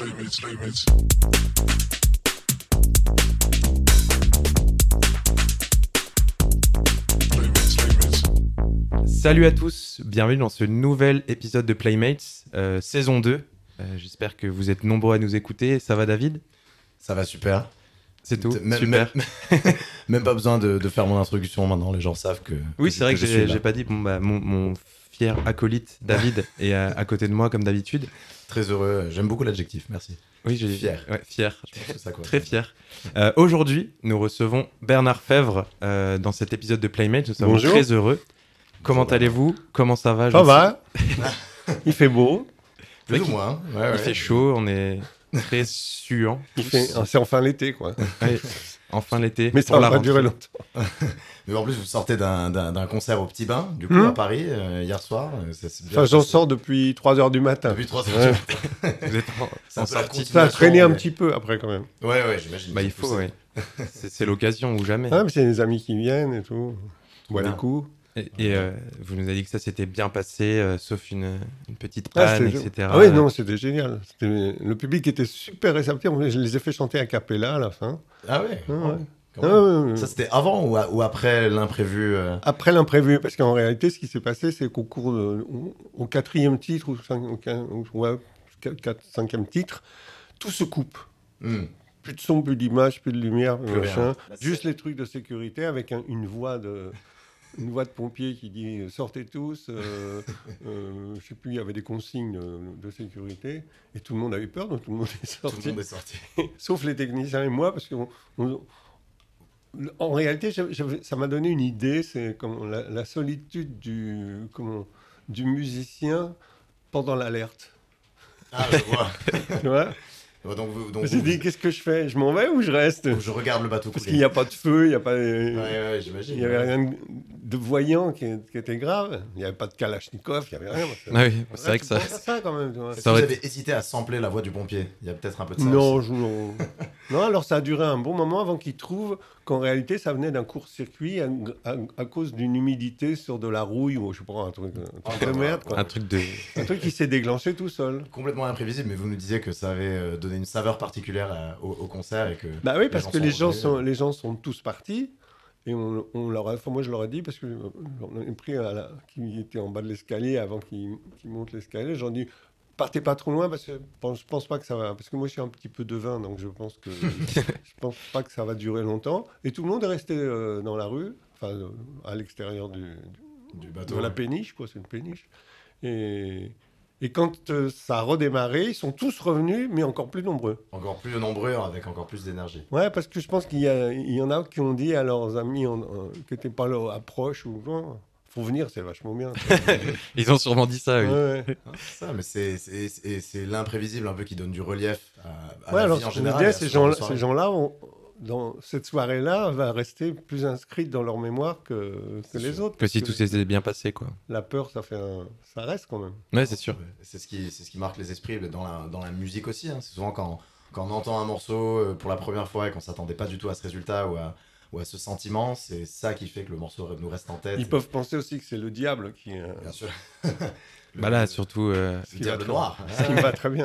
Salut à tous, bienvenue dans ce nouvel épisode de Playmates, saison 2. J'espère que vous êtes nombreux à nous écouter. Ça va, David ? Ça va super. C'est tout, super. Même pas besoin de faire mon introduction maintenant, les gens savent que... Oui, c'est vrai que j'ai pas dit, mon fier acolyte David est à côté de moi comme d'habitude. Très heureux, j'aime beaucoup l'adjectif, merci. Oui, fier. Ouais, fier, je pense que ça, quoi. Très fier. Aujourd'hui, nous recevons Bernard Fèvre dans cet épisode de Playmates. Nous sommes très heureux. Comment allez-vous ? Comment ça va ? Ça va. Il fait beau. Plus ou moins. Il fait chaud, on est très suant. C'est enfin l'été, quoi. Ouais, enfin l'été. Mais ça va pas durer longtemps. Mais en plus, vous sortez d'un concert au Petit Bain, du coup, à Paris, hier soir. J'en sors depuis 3h du matin. Depuis 3h du matin. Vous êtes en sortie. Ça a traîné un petit peu après, quand même. Ouais, j'imagine. Il faut, ouais. C'est l'occasion ou jamais. Ah, mais c'est des amis qui viennent et tout. Bois des coups. Et vous nous avez dit que ça s'était bien passé, sauf une petite panne, etc. Ah oui, non, c'était génial. Le public était super réceptif. Je les ai fait chanter a cappella à la fin. Ah ouais, ouais. Ça, c'était avant ou après l'imprévu Après l'imprévu, parce qu'en réalité, ce qui s'est passé, c'est qu'au cours au quatrième titre, ou cinquième titre, tout se coupe. Plus de son, plus d'image, plus de lumière, plus machin. Juste les trucs de sécurité avec une voix de pompier qui dit « Sortez tous ». Je sais plus, il y avait des consignes de sécurité. Et tout le monde a eu peur, donc tout le monde est sorti. Tout le monde est sorti. Sauf les techniciens et moi, parce que en réalité, ça m'a donné une idée. C'est comme la solitude du musicien pendant l'alerte. Ah, je vois. Tu vois ? Donc j'ai dit, qu'est-ce que je fais ? Je m'en vais ou je reste ? Je regarde le bateau couler. Parce qu'il n'y a pas de feu, il n'y a pas... Ouais, j'imagine. Il n'y avait rien de voyant qui était grave. Il n'y avait pas de Kalachnikov, il n'y avait rien. Ah oui, c'est vrai que ça... quand même. Est-ce que vous avez hésité à sampler la voix du pompier ? Il y a peut-être un peu de ça aussi. Non, alors ça a duré un bon moment avant qu'ils trouvent qu'en réalité, ça venait d'un court-circuit à cause d'une humidité sur de la rouille ou je sais pas, un truc de merde. Quoi. Un truc qui s'est déclenché tout seul. Complètement imprévisible, mais vous nous disiez que ça avait donné une saveur particulière au concert et que... Bah oui, parce que les gens sont tous partis. Et moi, je leur ai dit, parce que j'en ai pris qui était en bas de l'escalier avant qu'ils montent l'escalier. J'en ai dit, partez pas trop loin, parce que je pense pas que ça va. Parce que moi, je suis un petit peu devin, donc je pense pas que ça va durer longtemps. Et tout le monde est resté dans la rue, enfin, à l'extérieur du bateau. De la péniche, quoi, c'est une péniche. Et quand ça a redémarré, ils sont tous revenus, mais encore plus nombreux. Encore plus nombreux, avec encore plus d'énergie. Ouais, parce que je pense qu'il y en a qui ont dit à leurs amis qui n'étaient pas là, approche ou genre, faut venir, c'est vachement bien. Ils ont sûrement dit ça, oui. Ouais. C'est ça, mais c'est l'imprévisible un peu qui donne du relief à la vie en général. Disais, ces gens-là, dans cette soirée-là, va rester plus inscrite dans leur mémoire que les autres. Que si tout s'était bien passé, quoi. La peur, ça reste quand même. Ouais, c'est sûr. C'est ce qui marque les esprits dans la musique aussi. Hein. C'est souvent quand on entend un morceau pour la première fois et qu'on s'attendait pas du tout à ce résultat ou à ce sentiment, c'est ça qui fait que le morceau nous reste en tête. Ils peuvent penser aussi que c'est le diable qui... Bien sûr. Là, surtout... le diable noir. Ce qui me va très bien.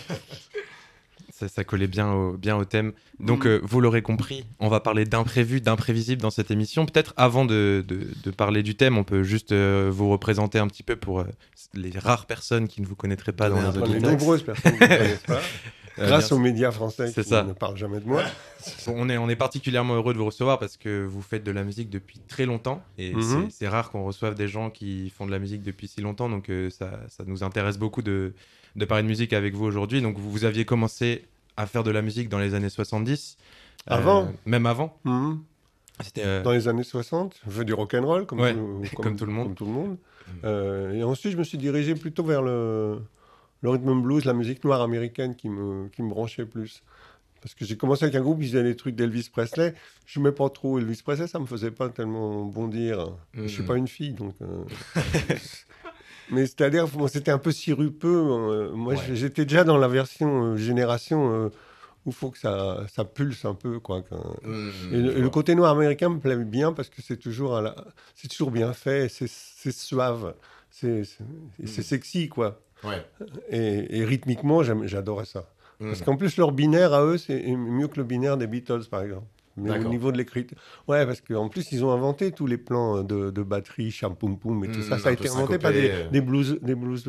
Ça collait bien au thème. Donc, vous l'aurez compris, on va parler d'imprévu, d'imprévisible dans cette émission. Peut-être avant de parler du thème, on peut juste vous représenter un petit peu pour les rares personnes qui ne vous connaîtraient pas dans les auditeurs. Les nombreuses personnes qui ne me connaissent pas. Grâce aux médias français qui ne parlent jamais de moi. On est particulièrement heureux de vous recevoir parce que vous faites de la musique depuis très longtemps. Et c'est rare qu'on reçoive des gens qui font de la musique depuis si longtemps. Donc, ça nous intéresse beaucoup de parler de musique avec vous aujourd'hui. Donc, vous aviez commencé à faire de la musique dans les années 70. Même avant. C'était dans les années 60. Je fais du rock'n'roll comme tout le monde. Et ensuite, je me suis dirigé plutôt vers le rhythm and blues, la musique noire américaine qui me branchait plus. Parce que j'ai commencé avec un groupe qui faisait des trucs d'Elvis Presley. Je n'aimais pas trop Elvis Presley, ça ne me faisait pas tellement bondir. Je ne suis pas une fille, donc... Mais c'est-à-dire, c'était un peu sirupeux. J'étais déjà dans la version génération où il faut que ça pulse un peu, quoi. Et le côté noir américain me plaît bien parce que c'est toujours bien fait, c'est suave, c'est sexy, quoi. Ouais. Et rythmiquement, j'adorais ça. Parce qu'en plus, leur binaire à eux, c'est mieux que le binaire des Beatles, par exemple. Mais au niveau de l'écriture. Ouais, parce qu'en plus, ils ont inventé tous les plans de batterie, champoum-poum et tout ça. Ça a été inventé par des bluesers.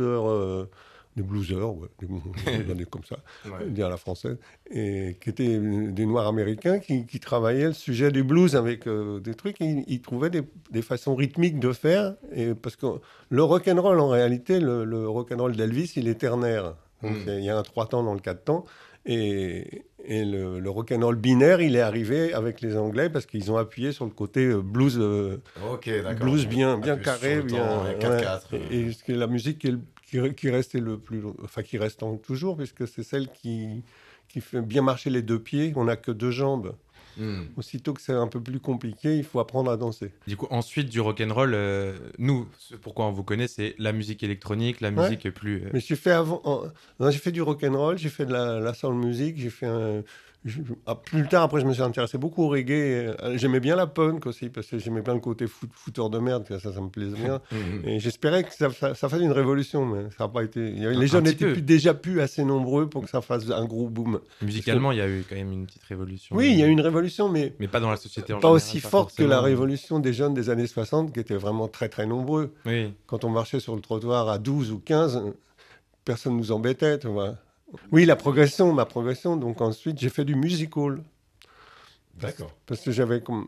Des bluesers, ouais, des comme ça, dire à la française, et qui étaient des Noirs américains qui travaillaient le sujet du blues avec des trucs. Ils trouvaient des façons rythmiques de faire, et parce que le rock'n'roll, en réalité, le rock'n'roll d'Elvis, il est ternaire. Donc il y a un 3 temps dans le 4 temps, et le rock'n'roll binaire, il est arrivé avec les Anglais parce qu'ils ont appuyé sur le côté blues, blues bien carré, bien 4/4. Et c'est la musique qui restait qui reste toujours, puisque c'est celle qui fait bien marcher les deux pieds. On n'a que 2 jambes. Aussitôt que c'est un peu plus compliqué, il faut apprendre à danser. Du coup, ensuite du rock'n'roll, nous, pourquoi on vous connaît, c'est la musique électronique, la musique plus... Mais j'ai fait du rock'n'roll, j'ai fait de la soul music, j'ai fait plus tard, après, je me suis intéressé beaucoup au reggae. J'aimais bien la punk aussi, parce que j'aimais bien le côté fouteur de merde, ça me plaisait bien. Et j'espérais que ça fasse une révolution, mais ça n'a pas été... Les jeunes n'étaient déjà plus assez nombreux pour que ça fasse un gros boom. Musicalement, il y a eu quand même une petite révolution. Oui, il y a eu une révolution, mais pas dans la société en pas général. Aussi forte que la révolution des jeunes des années 60, qui étaient vraiment très, très nombreux. Oui. Quand on marchait sur le trottoir à 12 ou 15, personne ne nous embêtait, tu vois. Oui, ma progression. Donc ensuite, j'ai fait du musical. D'accord. Parce que j'avais comme...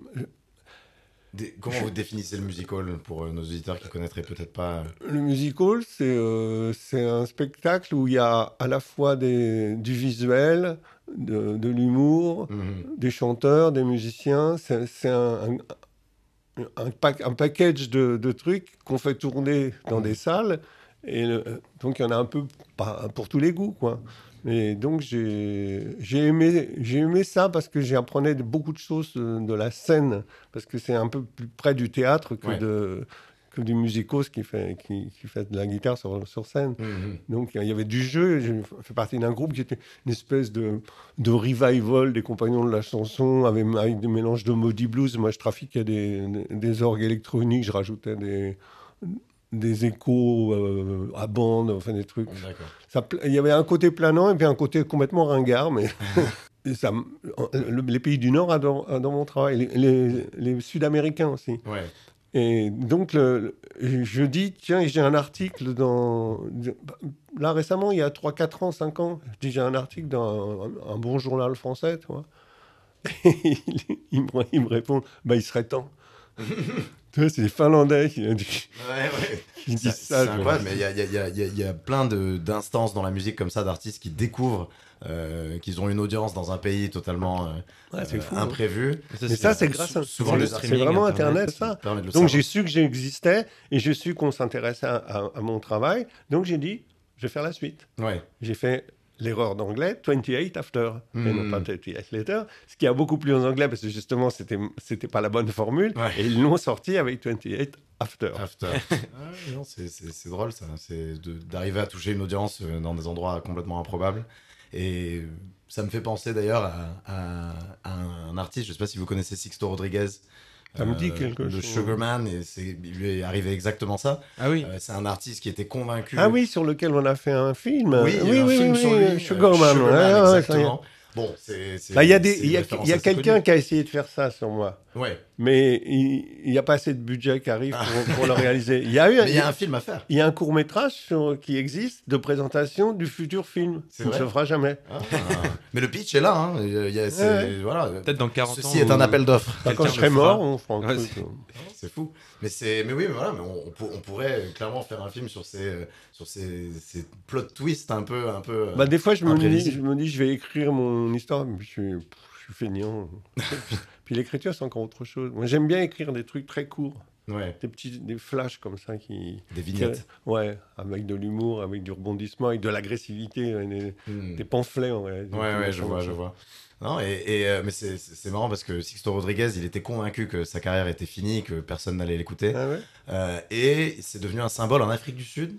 Comment vous définissez le musical pour nos auditeurs qui ne connaîtraient peut-être pas Le musical, c'est un spectacle où il y a à la fois du visuel, de l'humour, des chanteurs, des musiciens. C'est un package de trucs qu'on fait tourner dans des salles. Et donc, il y en a un peu pour tous les goûts, quoi. Et donc, j'ai aimé ça parce que j'apprenais beaucoup de choses de la scène, parce que c'est un peu plus près du théâtre que du musicos qui fait de la guitare sur scène. Donc, il y avait du jeu. J'ai fait partie d'un groupe qui était une espèce de revival des Compagnons de la chanson, avec des mélanges de Moody Blues. Moi, je trafiquais des orgues électroniques, je rajoutais des échos à bande, enfin des trucs. Il y avait un côté planant et puis un côté complètement ringard, mais les pays du Nord adorent mon travail, les Sud-Américains aussi. Ouais. Et donc, je dis, tiens, j'ai un article là récemment, il y a 3, 4 ans, 5 ans, je dis, j'ai un article dans un bon journal français, tu vois. Et il me répond, il serait temps. Tu vois, c'est les Finlandais qui disent ça. C'est incroyable, mais il y a plein d'instances dans la musique comme ça, d'artistes qui découvrent qu'ils ont une audience dans un pays totalement imprévu. Mais ça, c'est grâce à souvent le streaming. C'est vraiment Internet, ça. Donc j'ai su que j'existais et j'ai su qu'on s'intéressait à mon travail. Donc j'ai dit, je vais faire la suite. Ouais. J'ai fait l'erreur d'anglais, 28 after, et non pas 28 later, ce qui a beaucoup plu en anglais parce que justement, c'était pas la bonne formule, et ils l'ont sorti avec 28 after. Non, c'est drôle, ça. C'est d'arriver à toucher une audience dans des endroits complètement improbables. Et ça me fait penser d'ailleurs à un artiste, je sais pas si vous connaissez Sixto Rodriguez. Ça me dit quelque chose. Le Sugarman, et il lui est arrivé exactement ça. Ah oui. C'est un artiste qui était convaincu. Ah oui, sur lequel on a fait un film. Oui, film sur lui. Sugarman, exactement. Bon, il y a quelqu'un qui a essayé de faire ça sur moi. Ouais. Mais il n'y a pas assez de budget qui arrive pour le réaliser. Il y a un film à faire. Il y a un court-métrage qui existe de présentation du futur film. Ça ne se fera jamais. Mais le pitch est là. Hein. Voilà. Peut-être dans 40 ans. Ceci est un appel d'offres. Quand je serai mort, on fera un truc. C'est fou. Mais oui, mais voilà, mais on pourrait clairement faire un film sur ces plot twists un peu. Des fois, je me dis, je vais écrire mon histoire, mais je suis feignant. Puis l'écriture, c'est encore autre chose. Moi, j'aime bien écrire des trucs très courts. Ouais. Des flashs comme ça des vignettes. Avec de l'humour, avec du rebondissement, avec de l'agressivité, des pamphlets. Ouais, je vois. Non, mais c'est marrant parce que Sixto Rodriguez, il était convaincu que sa carrière était finie, que personne n'allait l'écouter. Et c'est devenu un symbole en Afrique du Sud.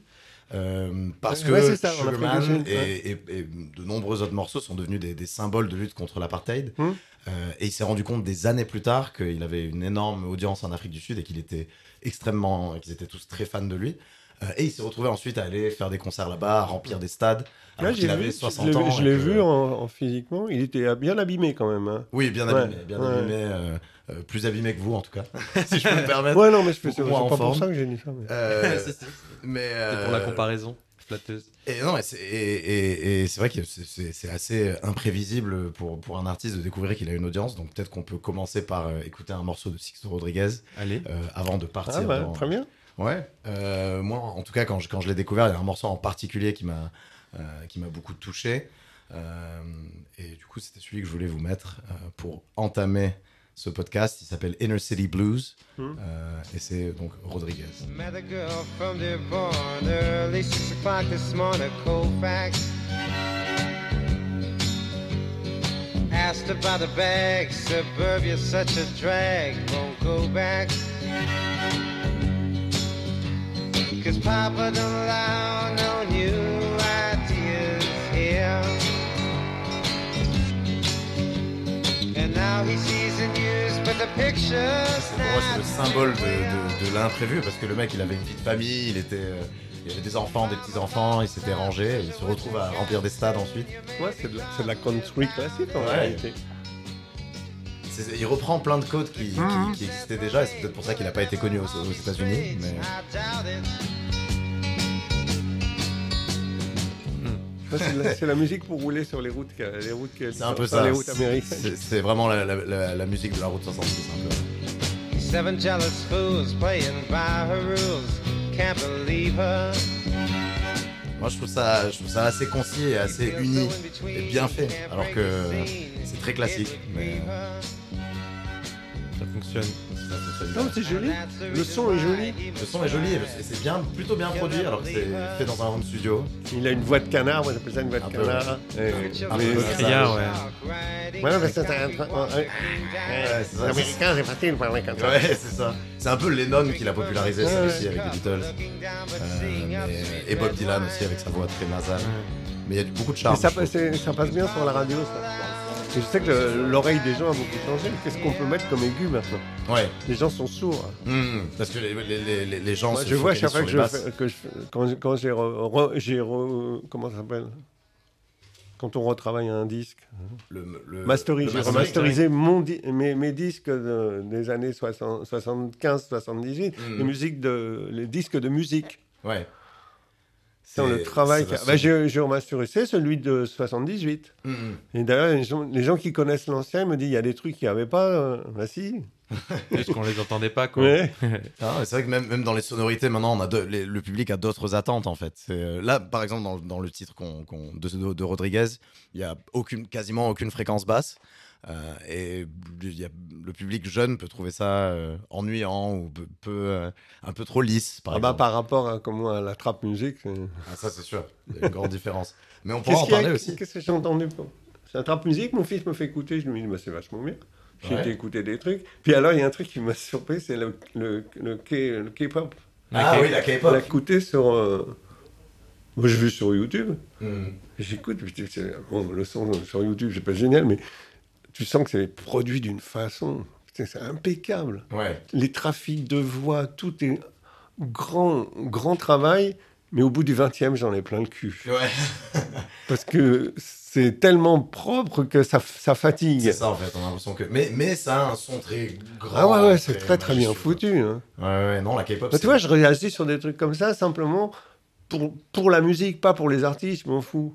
Parce que Sugarman et de nombreux autres morceaux sont devenus des symboles de lutte contre l'apartheid. Et il s'est rendu compte des années plus tard qu'il avait une énorme audience en Afrique du Sud et qu'ils étaient tous très fans de lui. Et il s'est retrouvé ensuite à aller faire des concerts là-bas, à remplir des stades. Alors qu'il avait 60 ans. Je l'ai vu en physiquement. Il était bien abîmé quand même. Hein. Oui, bien abîmé. Abîmé plus abîmé que vous, en tout cas, si je peux me permettre. Ouais, non, mais c'est pas pour ça que j'ai dit ça. Mais c'est pour la comparaison flatteuse. Et non, et c'est vrai que c'est assez imprévisible pour un artiste de découvrir qu'il a une audience. Donc peut-être qu'on peut commencer par écouter un morceau de Sixto Rodriguez avant de partir. Très bien. Ouais. Moi, en tout cas, quand je l'ai découvert, il y a un morceau en particulier qui m'a beaucoup touché. Et du coup, c'était celui que je voulais vous mettre pour entamer ce podcast. Il s'appelle Inner City Blues. Et c'est donc Rodriguez. Met a girl from Dearborn early 6 o'clock this morning, Colfax. Asked about the bag, suburbia's such a drag, won't go back. Cause Papa don't allow no new ideas here. And now he sees the news, but the picture's Pour moi, c'est le symbole de l'imprévu, parce que le mec, il avait une vie de famille, il avait des enfants, des petits-enfants, il s'était rangé, et il se retrouve à remplir des stades ensuite. Ouais, c'est de la country classique en réalité. Il reprend plein de codes qui existaient déjà, et c'est peut-être pour ça qu'il n'a pas été connu aux États-Unis. Mais... C'est la musique pour rouler sur les routes c'est un peu ça. Les routes américaines. C'est vraiment la musique de la route 66 un peu. Seven jealous fools playing by her rules. Can't believe her. Moi, je trouve ça assez concis et assez uni et bien fait, alors que c'est très classique. Mais ça fonctionne. Non, c'est joli. Le son est joli. Le son est joli et c'est plutôt bien produit, alors que c'est fait dans un home studio. Il a une voix de canard, moi j'appelle ça une voix de canard. Un peu criard, ouais. Ouais, mais c'est un américain, c'est facile de parler comme ça. Ouais, c'est ça. C'est un peu Lennon qui l'a popularisé, ça aussi, avec les Beatles. Et Bob Dylan aussi, avec sa voix très nasale. Mais il y a beaucoup de charme. Ça passe bien sur la radio, ça. Et je sais que l'oreille des gens a beaucoup changé. Qu'est-ce qu'on peut mettre comme aigu maintenant ? Ouais. Les gens sont sourds. Parce que les gens se je vois chaque fois quand j'ai comment ça s'appelle ? Quand on retravaille un disque. J'ai remasterisé mes disques des années 75-78, les disques de musique. Ouais. C'est le travail. J'ai remasterisé celui de 78. Et d'ailleurs, les gens qui connaissent l'ancien me disent il y a des trucs qu'il n'y avait pas. Bah si. Juste qu'on les entendait pas, quoi. Ouais. C'est vrai que même dans les sonorités, maintenant, le public a d'autres attentes, en fait. Là, par exemple, dans le titre de Rodriguez, il y a quasiment aucune fréquence basse. Et le public jeune peut trouver ça ennuyant ou un peu trop lisse, par exemple. Par rapport à la trap musique. Ça, c'est sûr. Il y a une grande différence. Mais on pourra en parler aussi. Qu'est-ce que j'ai entendu ? C'est la trap musique, mon fils me fait écouter. Je lui dis, c'est vachement bien. J'ai été écouter des trucs. Puis alors, il y a un truc qui m'a surpris, c'est le K-pop. Oui, la K-pop. On l'a écouté sur... Moi, je vais sur YouTube. J'écoute. Le son sur YouTube, c'est pas génial, mais tu sens que c'est produit d'une façon... C'est impeccable. Ouais. Les trafics de voix, tout est grand travail, mais au bout du 20e, j'en ai plein le cul. Ouais. Parce que c'est tellement propre que ça fatigue. C'est ça, en fait. On a l'impression que... Mais ça a un son très grand. Ah ouais, c'est très bien foutu. Hein. Ouais, non, la K-pop... Tu vois, je réagis sur des trucs comme ça, simplement... Pour la musique, pas pour les artistes, je m'en fous.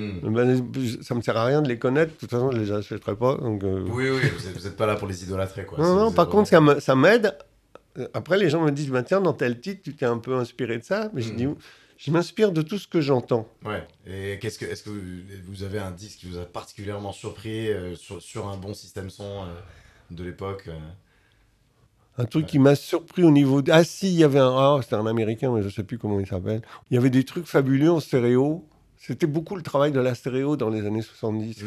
Ça me sert à rien de les connaître. De toute façon, je les achèterai pas. Donc, Oui, vous êtes pas là pour les idolâtrer, quoi. Non, par contre, ça m'aide. Après, les gens me disent, tiens, dans tel titre, tu t'es un peu inspiré de ça. Mais je dis, je m'inspire de tout ce que j'entends. Ouais. Et est-ce que vous avez un disque qui vous a particulièrement surpris sur un bon système son de l'époque Un truc qui m'a surpris au niveau... Ah si, il y avait c'était un Américain, mais je ne sais plus comment il s'appelle. Il y avait des trucs fabuleux en stéréo. C'était beaucoup le travail de la stéréo dans les années 70.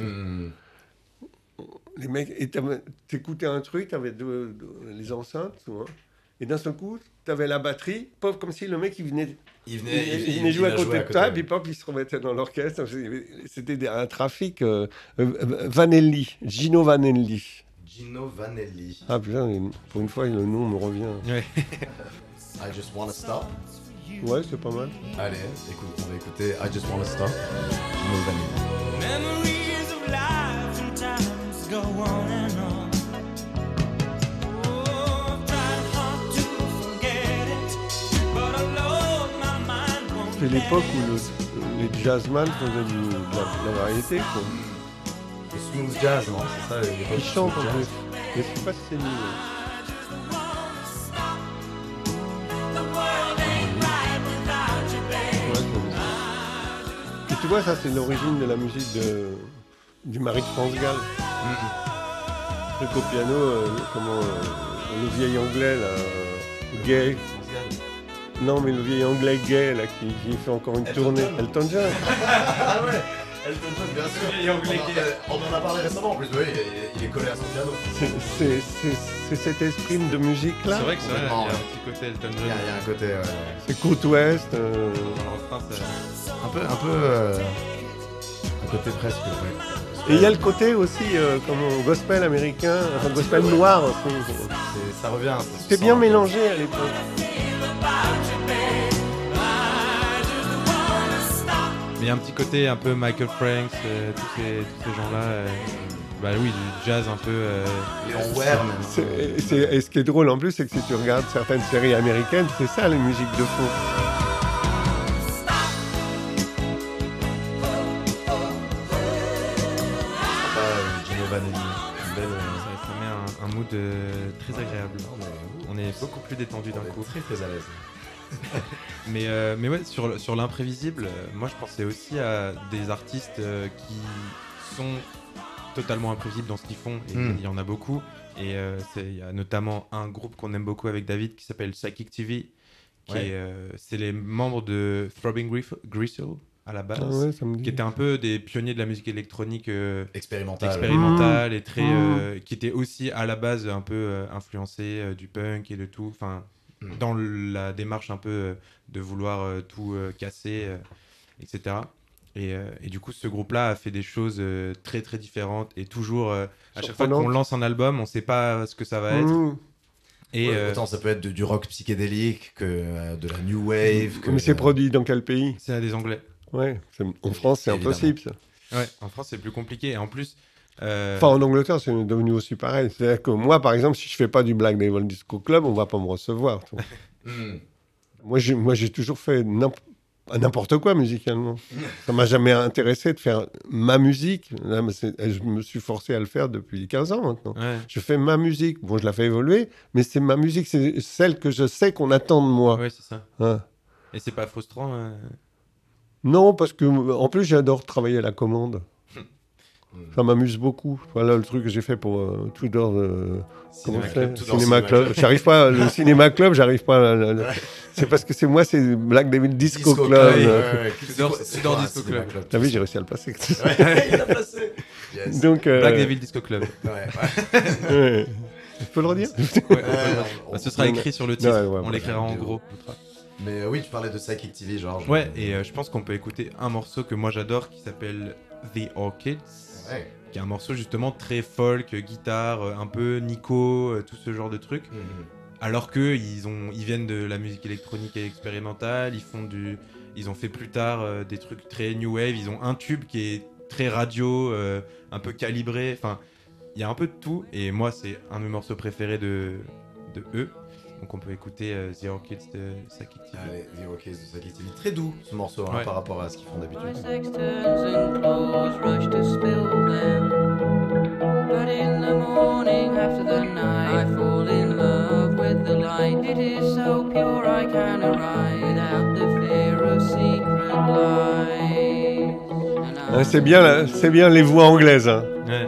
Les mecs... T'écoutais un truc, t'avais les enceintes, et d'un seul coup, t'avais la batterie, comme si le mec, il venait jouer à côté de table, et il se remettait dans l'orchestre. C'était un trafic... Vanelli, Gino Vanelli. Gino Vanelli. Ah putain, pour une fois, le nom me revient. Ouais. I Just Wanna Stop. Ouais, c'est pas mal. Allez, écoute, on va écouter I Just Wanna Stop, Gino Vanille. Memories of life and times go on and on. Oh, I've tried hard to forget it, but I lost my mind won't C'est l'époque où les jazzman faisaient de la variété, quoi. Le smooth jazz, non? C'est ça, l'époque Ils du chantent smooth en jazz. plus. Mais je sais pas si c'est nul. Et tu vois, ça c'est l'origine de la musique du mari de France Gall. Le truc au piano, le vieil anglais là, gay. Non mais le vieil anglais gay là qui fait encore une tournée. Elton John. Ah ouais, Elton John, bien sûr. On en a parlé récemment en plus, oui, il est collé à son piano. C'est cet esprit de musique là. C'est vrai que il y a complètement, un petit côté Elton Il John. y a un côté C'est côte ouest. Dans le refrain, ça- un côté presque. Ouais. Et il y a le côté aussi comme gospel américain, enfin gospel noir aussi. Ça revient. C'était bien mélangé à l'époque. Mais il y a un petit côté un peu Michael Franks, tous ces gens-là. Bah oui, du jazz un peu. Léon Ware, même. Et ce qui est drôle en plus, c'est que si tu regardes certaines séries américaines, c'est ça les musiques de fond. Gino Vanelli. Une belle. Ça met un mood très agréable. On est beaucoup plus détendu d'un coup. Très très à l'aise. Mais ouais, sur l'imprévisible, moi je pensais aussi à des artistes qui sont totalement imprévisibles dans ce qu'ils font. Et il y en a beaucoup. Et il y a notamment un groupe qu'on aime beaucoup avec David qui s'appelle Psychic TV. C'est les membres de Throbbing Gristle à la base. Ah ouais, ça me dit. Qui étaient un peu des pionniers de la musique électronique Expérimental. et très qui étaient aussi à la base un peu influencés du punk et de tout, enfin dans la démarche un peu de vouloir tout casser, etc. Et du coup ce groupe-là a fait des choses très très différentes et toujours à chaque fois qu'on lance un album on sait pas ce que ça va être. Et autant ça peut être du rock psychédélique que de la new wave. Mais c'est produit dans quel pays? C'est à des Anglais. Ouais, en France c'est impossible ça. Ouais, en France c'est plus compliqué et en plus. Enfin en Angleterre c'est devenu aussi pareil. C'est-à-dire que moi par exemple si je fais pas du Black Devil Disco Club on va pas me recevoir. Moi j'ai toujours fait n'importe quoi musicalement. Ça m'a jamais intéressé de faire ma musique. Là, je me suis forcé à le faire depuis 15 ans maintenant. Ouais. Je fais ma musique. Bon, je la fais évoluer, mais c'est ma musique, c'est celle que je sais qu'on attend de moi. Ouais, c'est ça. Hein. Et c'est pas frustrant Non, parce que en plus j'adore travailler à la commande. Ça m'amuse beaucoup. Voilà le truc que j'ai fait pour Tudor Cinéma Club. J'arrive pas le Cinéma Club, j'arrive pas. C'est parce que c'est Black Devil Disco Club. Tudor Disco Club. T'as vu, j'ai réussi à le placer. Il l'a placé. Yes. Donc Black Devil Disco Club. Ouais. Je peux le redire? Ce sera écrit sur le titre. On l'écrira en gros. Mais oui, tu parlais de Psychic TV, genre. Ouais, et je pense qu'on peut écouter un morceau que moi j'adore qui s'appelle The Orchids. Ouais. Qui est un morceau justement très folk, guitare, un peu Nico, tout ce genre de trucs. Alors que ils viennent de la musique électronique et expérimentale, ils ont fait plus tard des trucs très new wave, ils ont un tube qui est très radio, un peu calibré, enfin il y a un peu de tout et moi c'est un de mes morceaux préférés de eux. Donc on peut écouter The Orchids de Psychic TV. Allez, The Orchids de Psychic TV. Très doux ce morceau par rapport à ce qu'ils font d'habitude. But in the morning after the night I fall in love with the light. It is so pure I cannot ride without the fear of secret lies. C'est bien les voix anglaises. Hein. Ouais.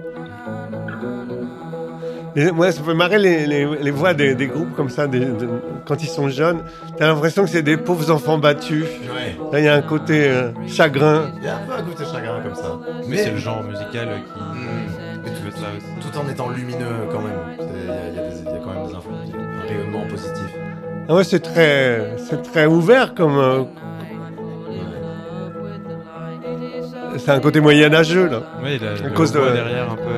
Et moi, ça fait marrer les voix des groupes comme ça, quand ils sont jeunes. T'as l'impression que c'est des pauvres enfants battus. Ouais. Là, il y a un côté chagrin. Il y a un peu un côté chagrin comme ça. Mais c'est le genre musical qui veut ça aussi. Tout en étant lumineux quand même. Il y a quand même des influences, un rayonnement positif. Ah ouais, c'est très ouvert comme. C'est un côté moyenâgeux là. Oui, à cause de derrière un peu.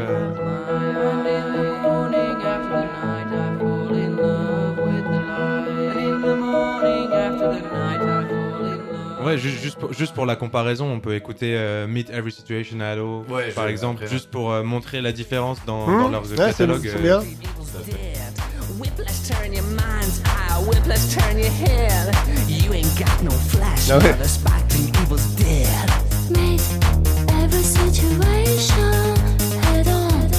After the night vrai, juste pour la comparaison, on peut écouter Meet Every Situation à Halo, Ouais, par exemple, après, juste pour montrer la différence dans leurs catalogues. C'est bien. Whiplash turn your mind's eye, whiplash turn your head. You ain't got no flash, Ah ouais. the sparkling evil's dead. Made every situation head on.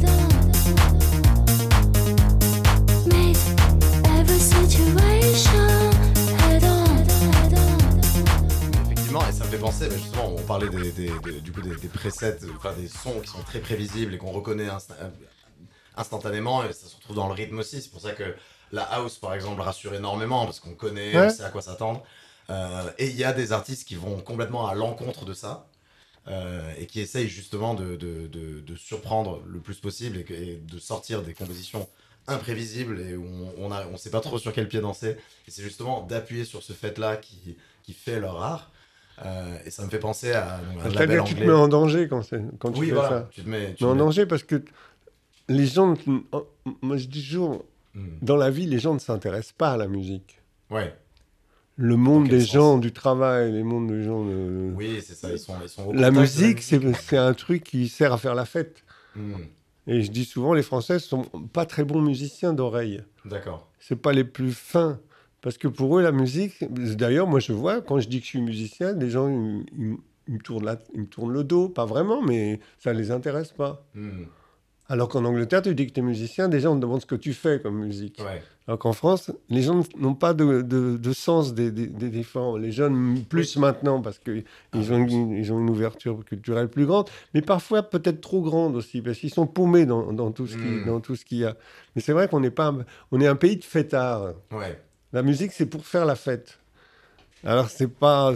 Made every situation head on. Effectivement, et ça me fait penser, mais justement, on parlait du coup des presets, enfin des sons qui sont très prévisibles et qu'on reconnaît instantanément, et ça se retrouve dans le rythme aussi. C'est pour ça que la house, par exemple, rassure énormément parce qu'on connaît, Ouais. on sait à quoi s'attendre. Et il y a des artistes qui vont complètement à l'encontre de ça et qui essayent justement de surprendre le plus possible et de sortir des compositions imprévisibles et où on sait pas trop sur quel pied danser. Et c'est justement d'appuyer sur ce fait-là qui fait leur art. Et ça me fait penser à un label C'est-à-dire que tu te anglais. mets en danger quand tu Oui, fais voilà. ça. Tu te mets Mais en danger parce que les gens, moi je dis toujours, dans la vie, les gens ne s'intéressent pas à la musique. Ouais. Le monde Dans quel des sens gens, du travail, les mondes des gens. Oui, c'est ça. Ils sont au La contact de musique, c'est un truc qui sert à faire la fête. Hmm, Et je dis souvent, les Français sont pas très bons musiciens d'oreille. D'accord. C'est pas les plus fins. Parce que pour eux, la musique. D'ailleurs, moi, je vois, quand je dis que je suis musicien, les gens, ils me tournent le dos. Pas vraiment, mais ça les intéresse pas. Hmm, Alors qu'en Angleterre, tu dis que tu es musicien, déjà, on te demande ce que tu fais comme musique. Ouais. Alors qu'en France, les gens n'ont pas de sens des différents. Les jeunes, plus maintenant, parce qu'ils ont une ouverture culturelle plus grande, mais parfois peut-être trop grande aussi, parce qu'ils sont paumés dans tout ce qu'il y a. Mais c'est vrai qu'on est un pays de fêtards. Ouais. La musique, c'est pour faire la fête. Alors, c'est pas...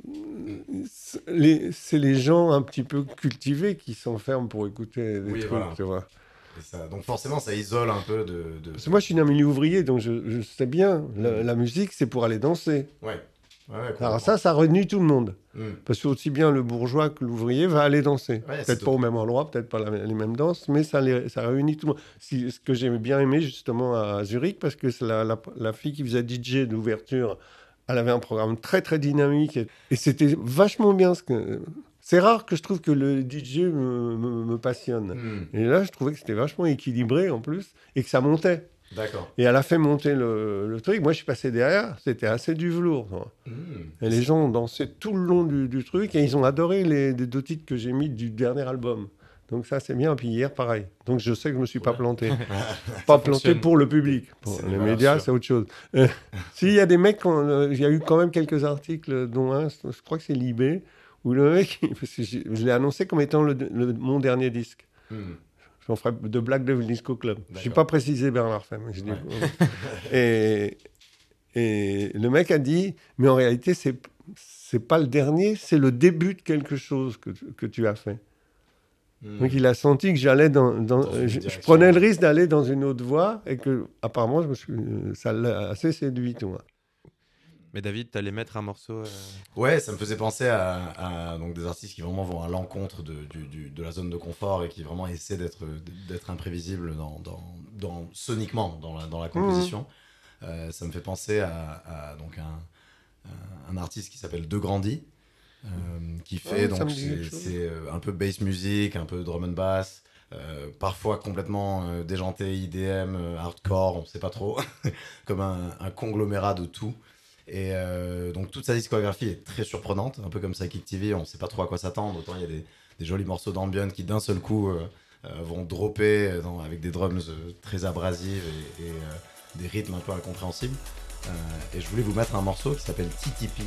C'est les gens un petit peu cultivés qui s'enferment pour écouter des Oui, trucs, voilà. tu vois. Et ça, donc forcément, ça isole un peu de... Parce que moi, je suis d'un milieu ouvrier, donc je sais bien, la musique, c'est pour aller danser. Ouais. Ouais, Alors ça réunit tout le monde. Hmm. Parce que aussi bien le bourgeois que l'ouvrier va aller danser. Ouais, c'est Peut-être pas au même endroit, peut-être pas les mêmes danses, mais ça réunit tout le monde. Ce que j'ai bien aimé justement à Zurich, parce que c'est la fille qui faisait DJ d'ouverture, elle avait un programme très très dynamique et c'était vachement bien. C'est rare que je trouve que le DJ me passionne. Hmm. Et là, je trouvais que c'était vachement équilibré en plus et que ça montait. D'accord. Et elle a fait monter le truc. Moi, je suis passé derrière. C'était assez du velours. Quoi. Hmm. Et les gens ont dansé tout le long du truc. Et ils ont adoré les 2 titres que j'ai mis du dernier album. Donc ça, c'est bien. Et puis hier, pareil. Donc je sais que je me suis pas planté. Pas planté fonctionne. pour le public. Pour C'est les des médias, valeurs c'est autre chose. S'il y a des mecs, il y a eu quand même quelques articles, dont un, je crois que c'est Libé, où le mec, parce que je l'ai annoncé comme étant mon dernier disque. Hmm. J'en ferai de Black Devil Disco Club. Je n'ai D'accord. pas précisé Bernard Femme. Et le mec a dit, mais en réalité, c'est pas le dernier, c'est le début de quelque chose que tu as fait. Hmm. Donc il a senti que j'allais une je direction. prenais le risque d'aller dans une autre voie et que apparemment ça l'a assez séduit, toi. Mais David, t'allais mettre un morceau. Ouais, ça me faisait penser à donc des artistes qui vraiment vont à l'encontre de la zone de confort et qui vraiment essaient d'être imprévisibles soniquement dans la composition. Ça me fait penser à donc un artiste qui s'appelle De Grandi, qui fait ça donc me dit quelque chose. c'est un peu bass music, un peu drum and bass, parfois complètement déjanté, IDM, hardcore, on sait pas trop, comme un conglomérat de tout. Et donc toute sa discographie est très surprenante, un peu comme Psychic TV, on sait pas trop à quoi s'attendre. Autant il y a des jolis morceaux d'ambient qui d'un seul coup vont dropper avec des drums très abrasifs et des rythmes un peu incompréhensibles. Et je voulais vous mettre un morceau qui s'appelle TTP.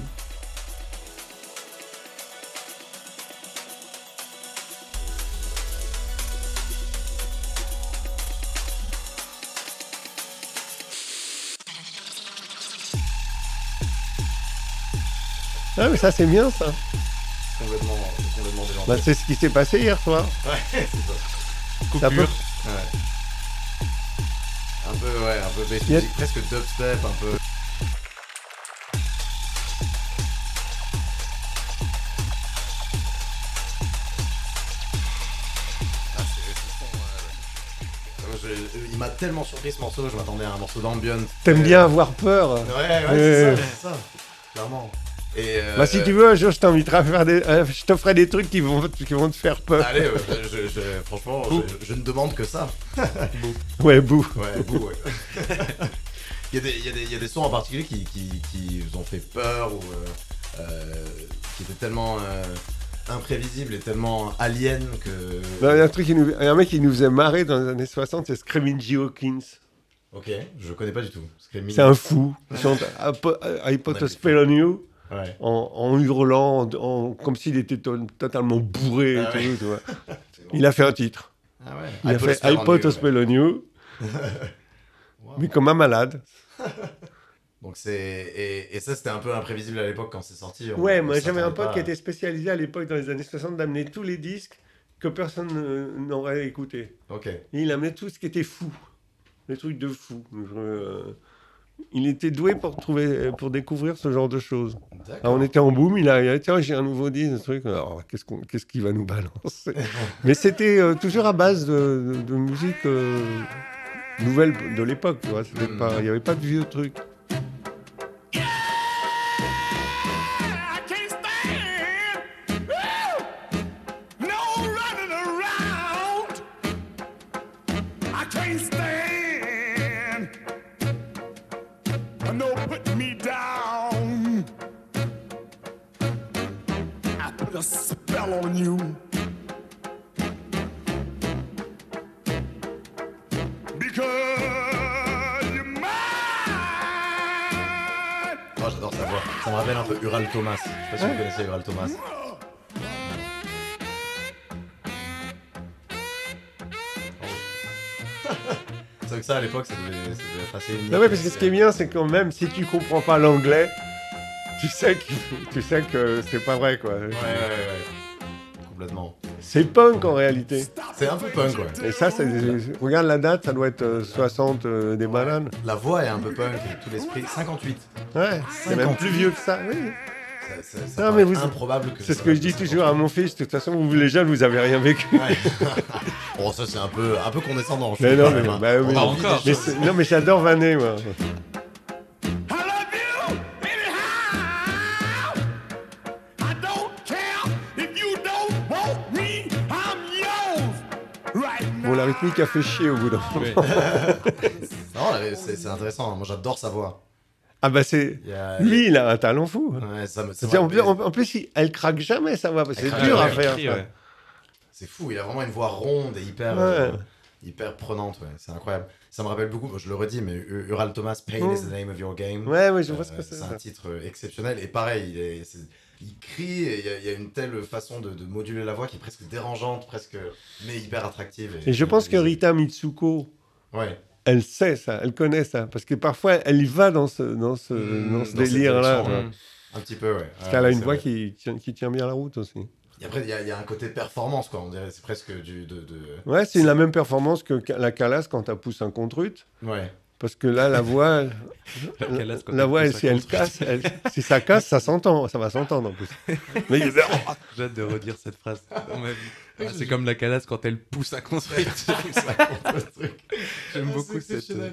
Ah, mais ça, c'est bien, ça. Complètement déjanté. Bah, c'est ce qui s'est passé hier soir. Ouais, c'est ça. Ça peut- Ouais. Un peu bass Il y a- music, presque dubstep, un peu. Ah, il m'a tellement surpris ce morceau, je m'attendais à un morceau d'ambient. T'aimes bien avoir peur. Ouais, Ouais. c'est ça, clairement. Et, Si tu veux, un jour, je t'inviterai à faire je te ferai des trucs qui vont te faire peur. Allez, franchement, je ne demande que ça. Ouais, bouh. Ouais, bouh, ouais. il y a des sons en particulier qui vous ont fait peur ou qui étaient tellement imprévisibles et tellement aliens que... Il y a un mec qui nous faisait marrer dans les années 60, c'est Screaming G. Hawkins. Ok, je connais pas du tout. Screaming. C'est un fou. Il chante I Put a Spell on You. Ouais. En hurlant, comme s'il était totalement bourré et Ah tout, ouais. tu vois. Il a fait un titre. Ah ouais. Il a fait I Put a Spell on You, Wow. mais comme un malade. Donc et ça c'était un peu imprévisible à l'époque quand c'est sorti. Ouais, on moi j'avais un s'attendait pote pas qui était spécialisé à l'époque dans les années 60 d'amener tous les disques que personne n'aurait écouté. Ok. Et il amenait tout ce qui était fou, les trucs de fou. Il était doué pour découvrir ce genre de choses. D'accord. Alors, on était en boom, il a dit tiens, j'ai un nouveau disque, ce truc. Alors, qu'est-ce qu'il va nous balancer? Mais c'était toujours à base de musique nouvelle de l'époque, tu vois. Il n'y avait pas de vieux trucs. I can't stand no running around. I can't stand no putting me down. I put a spell on you. Because you're mine. Oh, j'adore sa voix. Ça me rappelle un peu Ural Thomas. Je sais pas si vous connaissez Ural Thomas. C'est vrai que ça à l'époque ça devait être assez unique. Ah ouais, parce que ce qui est bien, c'est quand même, si tu comprends pas l'anglais, tu sais que c'est pas vrai, quoi. Ouais. Complètement. C'est punk en réalité. C'est un peu punk, ouais. Et ça, regarde la date, ça doit être 60 des bananes. La voix est un peu punk, tout l'esprit. 58. Ouais, c'est même 58. plus vieux que ça. Oui. Ça Non, paraît mais improbable que c'est ça ce que je dis reste toujours à mon fils. De toute façon, vous les jeunes, vous avez rien vécu. Ouais. Bon, ça c'est un peu condescendant. Je Mais trouve, non, quand mais, même, hein. bah, oui. Pas encore. Non, mais j'adore vanner, moi. I love you anyhow. I don't care if you don't want me. I'm yours right now. Bon, la rythmique a fait chier au bout d'un moment. Non, c'est intéressant. Moi j'adore sa voix. Ah bah c'est... Il y a- Lui, il a un talent fou. Ouais, ça me En plus, elle craque jamais, ça va. C'est Elle craque dur à jamais, faire. Écrit, ça. ouais. C'est fou, il a vraiment une voix ronde et Ouais. hyper prenante, ouais. C'est incroyable. Ça me rappelle beaucoup, je le redis, mais Ural Thomas, Pain is the name of your game. Ouais, je vois ce que c'est. C'est ça. un titre exceptionnel. Et pareil, il crie et il y a une telle façon de moduler la voix qui est presque dérangeante, mais hyper attractive. Et je pense que Rita Mitsuko, Ouais. elle sait ça, elle connaît ça. Parce que parfois, elle y va dans ce cette délire-là. direction, tu vois. Mm. Un petit peu, ouais. Parce qu'elle a une c'est voix vrai. qui tient bien la route aussi. Et après, il y a un côté performance, quoi. On dirait, c'est presque Ouais, c'est la même performance que la Calas quand elle pousse un contre-ut. Ouais. Parce que là, la voix, Calas, quand la elle voix, pousse si un elle contre-ut. casse, si ça casse, ça s'entend, ça va s'entendre en plus. Mais J'ai hâte de redire cette phrase dans ma vie. Ah, c'est comme la calasse quand elle pousse un construit. J'aime beaucoup cette phrase.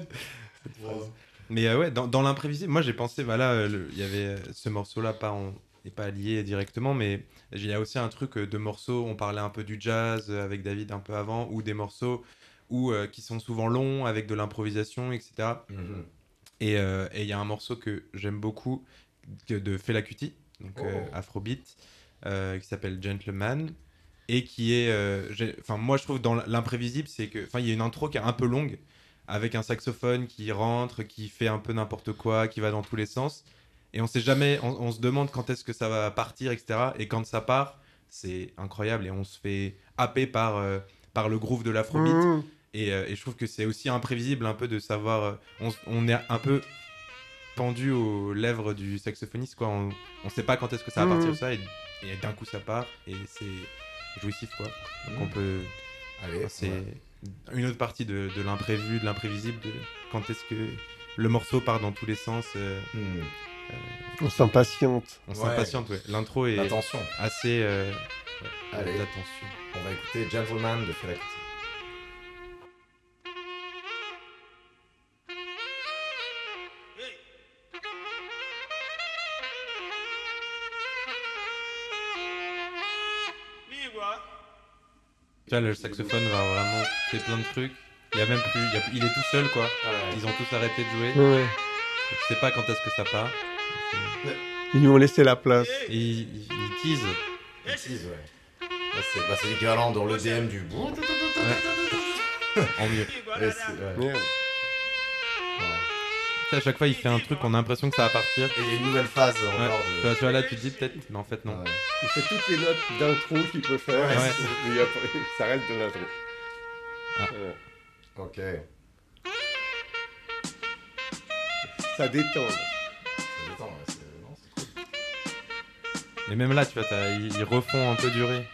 Mais ouais, dans l'imprévisible, moi j'ai pensé, voilà, il y avait ce morceau-là, n'est pas lié directement, mais il y a aussi un truc de morceaux, on parlait un peu du jazz avec David un peu avant, ou des morceaux qui sont souvent longs, avec de l'improvisation, etc. Mhm. Et il y a un morceau que j'aime beaucoup, de Fela Kuti, donc Afrobeat, qui s'appelle Gentleman, et qui est... moi je trouve dans l'imprévisible, c'est que... Enfin, il y a une intro qui est un peu longue, avec un saxophone qui rentre, qui fait un peu n'importe quoi, qui va dans tous les sens. Et on sait jamais, on se demande quand est-ce que ça va partir, etc. Et quand ça part, c'est incroyable et on se fait happer par le groove de l'afrobeat. Mmh. Et je trouve que c'est aussi imprévisible un peu de savoir... on est un peu pendu aux lèvres du saxophoniste, quoi. On sait pas quand est-ce que ça va partir, ça, et d'un coup ça part, et c'est jouissif, quoi. Donc on peut... Allez, C'est ouais. une autre partie de l'imprévu, de l'imprévisible, de quand est-ce que le morceau part dans tous les sens. Mhm. On s'impatiente. On Ouais. s'impatiente, ouais. L'intro est L'attention. assez... Allez. d'attention. On va écouter Gentleman de Fela Kuti. Tu vois, le saxophone va vraiment faire plein de trucs. Il y a même plus, il est tout seul quoi. Ils ont tous arrêté de jouer. Ouais. Tu sais pas quand est-ce que ça part. Ils lui ont laissé la place. Et ils teasent. Ouais. C'est l'équivalent dans l'EDM du. En mieux. Ouais, ouais. Merde. Tu sais, à chaque fois, il fait un truc, on a l'impression que ça va partir. Et il y a une nouvelle phase Ouais. encore. Tu vois, là, tu te dis peut-être, mais en fait, non. Ouais. Il fait toutes les notes d'intro qu'il peut faire. Ouais. Et après, il s'arrête de l'intro. Ah. Voilà. Ok. Ça détend. là. Ça détend, ouais, non, c'est cool. Et même là, tu vois, ils refont un peu durer.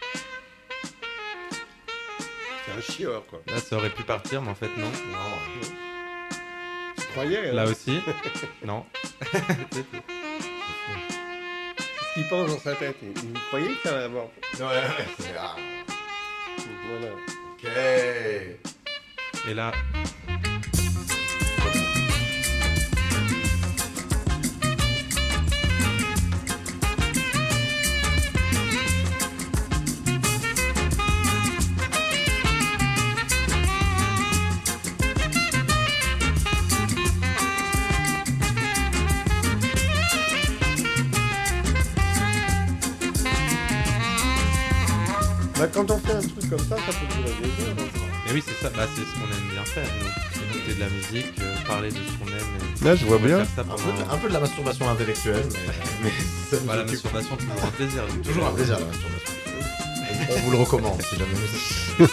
C'est un chieur, quoi. Là, ça aurait pu partir, mais en fait, non. Non, Tu croyais, hein. Là aussi, non. Qu'est-ce qu'il pense dans sa tête? Il croyait que ça allait avoir. ouais. C'est... Ah. Voilà. Ok. Et là, Bah, quand on fait un truc comme ça peut durer des heures. hein. et oui, c'est ça, bah, c'est ce qu'on aime bien faire, nous. Écouter de la musique, parler de ce qu'on aime. Et Là, je vois bien. faire ça pendant... Un peu de la masturbation intellectuelle, mais ça nous Bah, la occupe. masturbation, toujours un plaisir. Toujours un plaisir la masturbation. On vous le recommande si jamais vous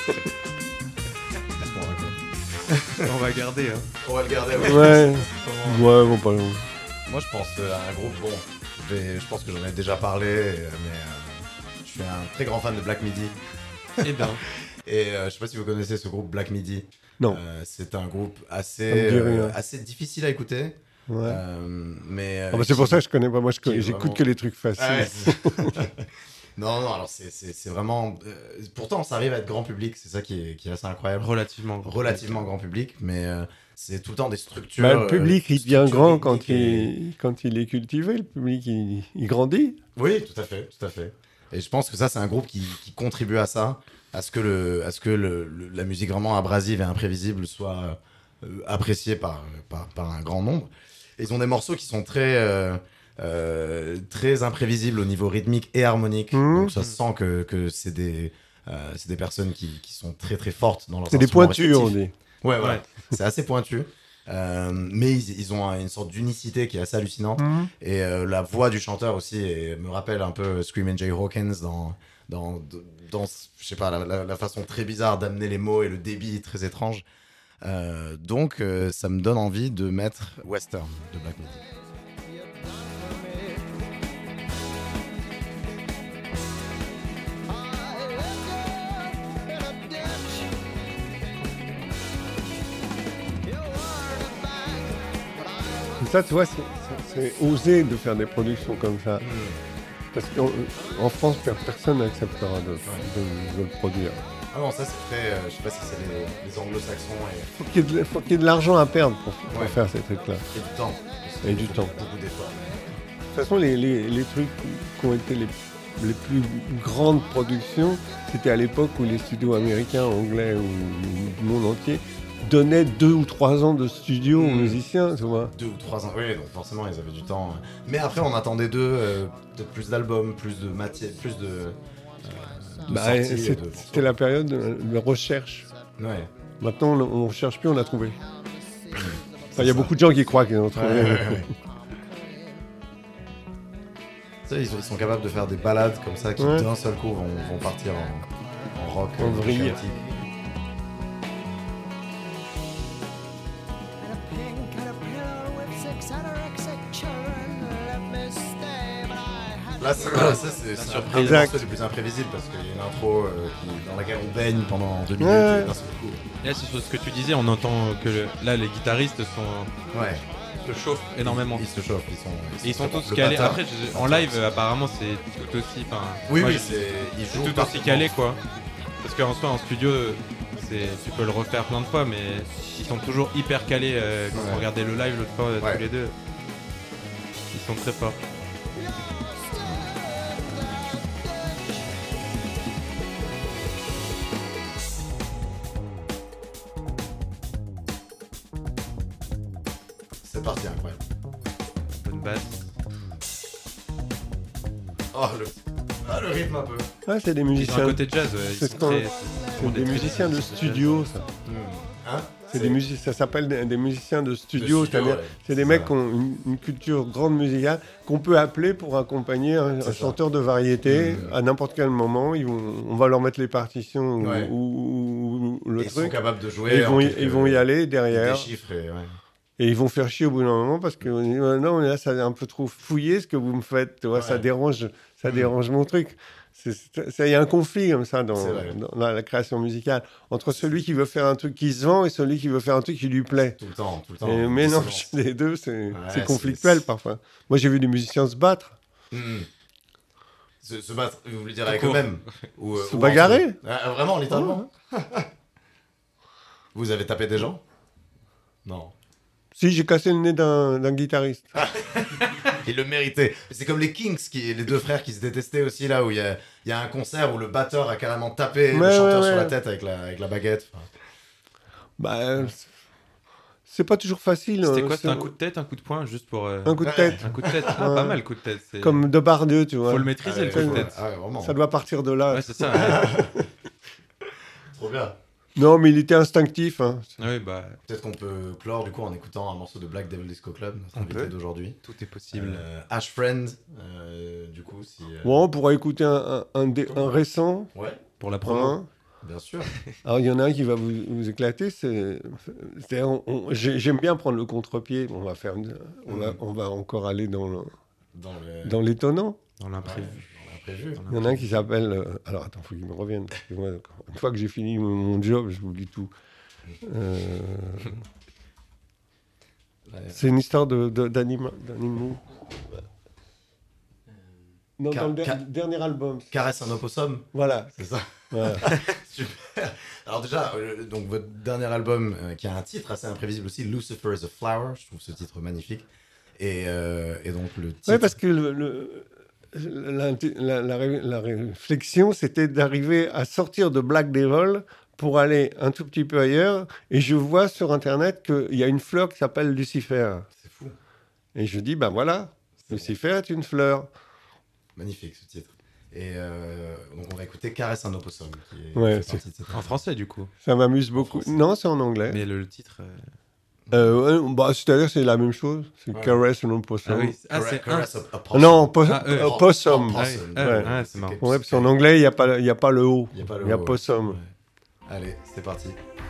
On va garder, hein. On va le garder, Ouais. Comment- Ouais, bon, pas long. Moi je pense à un groupe, bon, je pense que j'en ai déjà parlé, mais je suis un très grand fan de Black Midi. Eh ben, Et je sais pas si vous connaissez ce groupe Black Midi. Non. C'est un groupe Ça me assez, dit rien. assez difficile à écouter. Ouais. Mais Ah bah, c'est pour ça que je connais pas. Moi, qui est j'écoute vraiment- que les trucs faciles. Ah ouais. Non, alors c'est vraiment... pourtant, ça arrive à être grand public, c'est ça qui est assez incroyable. relativement grand. Relativement grand public, mais c'est tout le temps des structures... Bah, le public, il devient structures grand quand rythmiques quand il est cultivé. Le public, il grandit. Oui, tout à fait, tout à fait. Et je pense que ça, c'est un groupe qui contribue à ça, à ce que la musique vraiment abrasive et imprévisible soit appréciée par un grand nombre. Et ils ont des morceaux qui sont très imprévisibles au niveau rythmique et harmonique. Mmh. Donc ça se sent que c'est des personnes qui sont très très fortes dans leur C'est des pointures, on dit. Ouais, voilà. Ouais. C'est assez pointu. Mais ils ont une sorte d'unicité qui est assez hallucinante. Mhm. Et la voix du chanteur aussi me rappelle un peu Screamin' Jay Hawkins dans je sais pas, la façon très bizarre d'amener les mots et le débit très étrange. Donc ça me donne envie de mettre Western de Black Midi. Et ça, tu vois, c'est osé de faire des productions comme ça. Parce qu'en France, personne n'acceptera de le produire. Ah non, ça c'est très... je sais pas si c'est les anglo-saxons Faut qu'il y ait de l'argent à perdre pour Ouais. faire ces trucs-là. et du temps. Et du temps. Beaucoup d'efforts. De toute façon, les trucs qui ont été les plus grandes productions, c'était à l'époque où les studios américains, anglais ou du monde entier donnaient 2 ou 3 ans de studio aux musiciens, tu vois. 2 ou 3 ans, oui, donc forcément ils avaient du temps. Mais après on attendait d'eux peut-être plus d'albums, plus de matière, plus de Bah, sorties, c'était morceaux. la période de recherche. Ouais. Maintenant, on ne cherche plus, on a trouvé. Enfin, il y a beaucoup de gens qui croient qu'ils ont trouvé. Ouais. Tu sais, ils sont capables de faire des balades comme ça qui Ouais. d'un seul coup vont partir en rock En vrille. chaotique. Là, c'est un surprise. des Exact. morceaux les plus imprévisibles parce qu'il y a une intro dans laquelle on baigne pendant 2 minutes Ouais. et d'un seul coup. Et là, c'est sur ce que tu disais, on entend que là, les guitaristes Ouais. se chauffent énormément. Ils se chauffent, Et ils sont très tous forts. calés. Le Après, batteur, en live, apparemment, c'est tout aussi. Oui, moi, oui, je- ils c'est jouent tout aussi parfaitement. calé, quoi. Parce qu'en soi, en studio, tu peux le refaire plein de fois, mais ils sont toujours hyper calés. Quand Ouais. on regardait le live l'autre fois, Ouais. tous les deux, ils sont très forts. c'est parti, incroyable. Bonne basse. Oh, le rythme un peu. Ah, c'est des Ils ont musiciens. un côté jazz, ouais. Ils C'est sont ce qu'on- très- C'est des musiciens de studio, ça. Hein Ça s'appelle des musiciens de studio, c'est-à-dire ouais. c'est des mecs qui ont une culture grande musicale qu'on peut appeler pour accompagner un C'est ça. chanteur de variété à n'importe quel moment. On va leur mettre les partitions Ouais. ou le Ils sont truc. capables de Et jouer. ils vont y aller derrière. Des chiffres et ouais. Et ils vont faire chier au bout d'un moment parce que non, là, ça a un peu trop fouillé ce que vous me faites. Tu vois, Ouais. ça dérange mon truc. Il y a un conflit comme ça C'est vrai. dans la création musicale entre celui qui veut faire un truc qui se vend et celui qui veut faire un truc qui lui plaît. Tout le temps. Et mélange les deux, c'est conflictuel parfois. Moi, j'ai vu des musiciens se battre, Se battre, vous voulez dire avec Tout court. eux-mêmes ou, se ou bagarrer. entre eux. Ah, vraiment, littéralement. Vous avez tapé des gens? Non. Si, j'ai cassé le nez d'un guitariste. Il le méritait. C'est comme les Kings, les deux frères qui se détestaient aussi, là, où il y a un concert où le batteur a carrément tapé le Ouais, chanteur ouais, sur la ouais. tête avec la baguette. Enfin, Bah, c'est pas toujours facile. C'était hein, quoi? c'est C'était un coup de tête, un coup de poing, juste pour. un coup de tête. Un coup de tête. Ah, Ouais. pas mal, coup de tête. C'est... Comme Depardieu, tu vois. Faut le maîtriser, le coup de tête. Ah ouais, vraiment. Ça doit partir de là. Ouais, c'est ça. Ouais. Trop bien. Non, mais il était instinctif. Hein. Oui, bah, Peut-être qu'on peut clore du coup en écoutant un morceau de Black Devil Disco Club, notre On invité peut. d'aujourd'hui. tout est possible. Ash Friend, du coup, si. Bon, on pourra écouter un récent. Ouais, Pour la promo. Hein. bien sûr. Alors, il y en a un qui va vous éclater. J'aime bien prendre le contre-pied. On va encore aller Dans dans l'étonnant. Dans l'imprévu. l'imprévu. Il y en a un qui s'appelle. Alors, attends, faut qu'il me revienne. Parce que moi, une fois que j'ai fini mon job, je vous dis tout. C'est une histoire d'animaux. Non, dans le dernier album. Caresse un opossum, Voilà. c'est ça. Voilà. Super. Alors déjà, donc votre dernier album qui a un titre assez imprévisible aussi, Lucifer is a Flower. Je trouve ce titre magnifique. Et donc le titre. Oui, parce que la réflexion, c'était d'arriver à sortir de Black Devil pour aller un tout petit peu ailleurs. Et je vois sur Internet qu'il y a une fleur qui s'appelle Lucifer. C'est fou. Et je dis, ben voilà, Lucifer est une fleur. Magnifique ce titre. Et donc on va écouter Caresse un opossum. Qui Ouais, fait partie de cette En français, du coup. Ça m'amuse beaucoup. français. Non, c'est en anglais. Mais le titre. Ouais, bah, c'est-à-dire c'est la même chose. C'est Ouais. Caress an opossum. Ah oui. Ah, c'est un. Caresse a Ah possum. non, Opossum. opossum. Ah oui. Ah, Ouais. ouais, c'est marrant. Ouais, parce qu'en anglais, il n'y a pas le O. Il y a pas le Il y a O, ouais. possum. Ouais. Allez, c'est parti.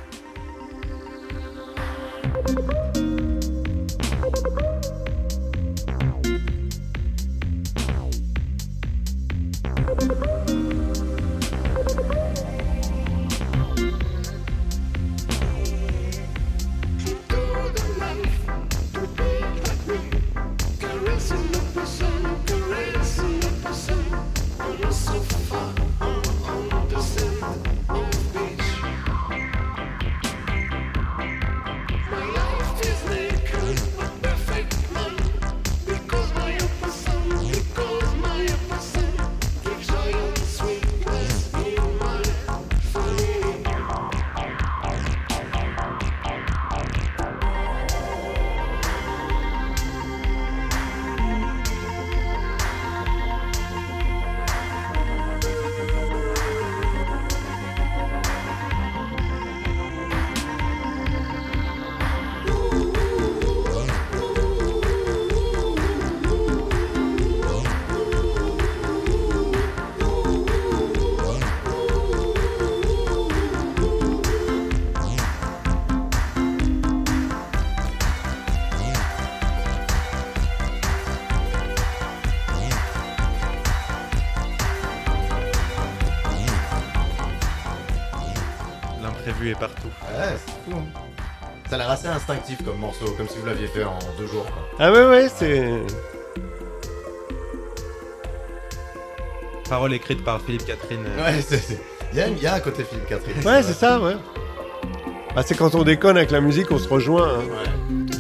L'imprévu est partout. Ouais, c'est fou. Hein. Ça a l'air assez instinctif comme morceau, comme si vous l'aviez fait en 2 jours. Quoi. Ah ouais, c'est... Parole écrite par Philippe Catherine. Ouais, il y a un côté Philippe Catherine. Ouais, c'est ça, ouais. Ah, c'est quand on déconne avec la musique, on se rejoint. Hein. Ouais.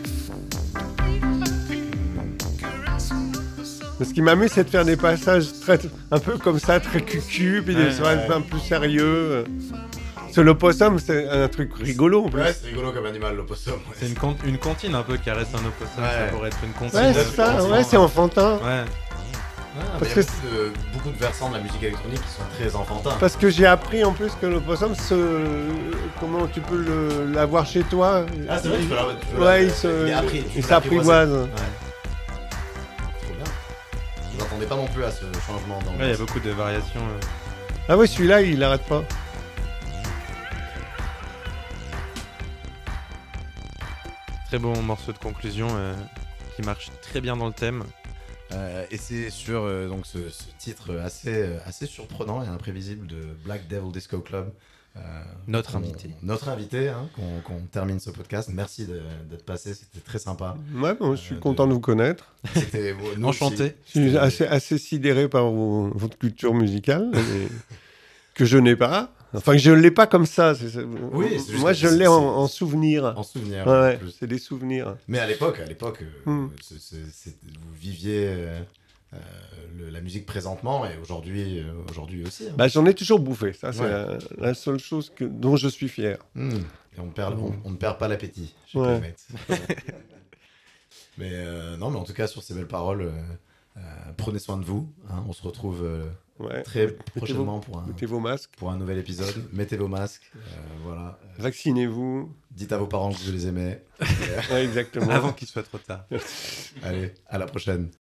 Mais ce qui m'amuse, c'est de faire des passages un peu comme ça, très cucu, puis des Ouais, soirées ouais. un peu plus sérieux. C'est l'opossum, c'est un truc rigolo en plus. Ouais, c'est rigolo comme animal, l'opossum. Ouais. C'est une comptine un peu qui caresse un opossum, Ouais. ça pourrait être une comptine. Ouais, c'est ça, ouais, c'est enfantin. Ouais. Parce que que beaucoup de versants de la musique électronique qui sont très enfantins. Parce que j'ai appris en plus que l'opossum, comment tu peux l'avoir chez toi. Ah, c'est vrai, tu peux l'avoir. Ouais, il il s'apprivoise. Ouais. Trop bien. Je m'attendais pas non plus à ce changement dans. Ouais, il y a beaucoup de variations. Ah ouais, celui-là, il arrête pas. Très bon morceau de conclusion qui marche très bien dans le thème. Et c'est sur donc ce titre assez surprenant et imprévisible de Black Devil Disco Club. Notre invité. Notre invité, hein, qu'on termine ce podcast. Merci d'être passé, c'était très sympa. Ouais, bon, je suis content de vous connaître. C'était nous Enchanté. aussi. Je suis assez sidéré par votre culture musicale, que je n'ai pas. Enfin, que je ne l'ai pas comme ça. Oui, c'est juste moi, que je l'ai en souvenir. En souvenir. Ouais, en plus. c'est des souvenirs. Mais à l'époque, vous viviez la musique présentement et aujourd'hui aussi. Hein. Bah, j'en ai toujours bouffé. Ça, c'est Ouais. la seule chose dont je suis fier. Et on ne perd pas l'appétit chez Ouais. Playmate. Mais non, mais en tout cas, sur ces belles paroles, prenez soin de vous. Hein, on se retrouve Ouais. très prochainement Mettez vos masques. pour un nouvel épisode. Mettez vos masques. Voilà. Vaccinez-vous. Dites à vos parents que vous les aimez. Ouais, exactement. Avant qu'il soit trop tard. Allez, à la prochaine.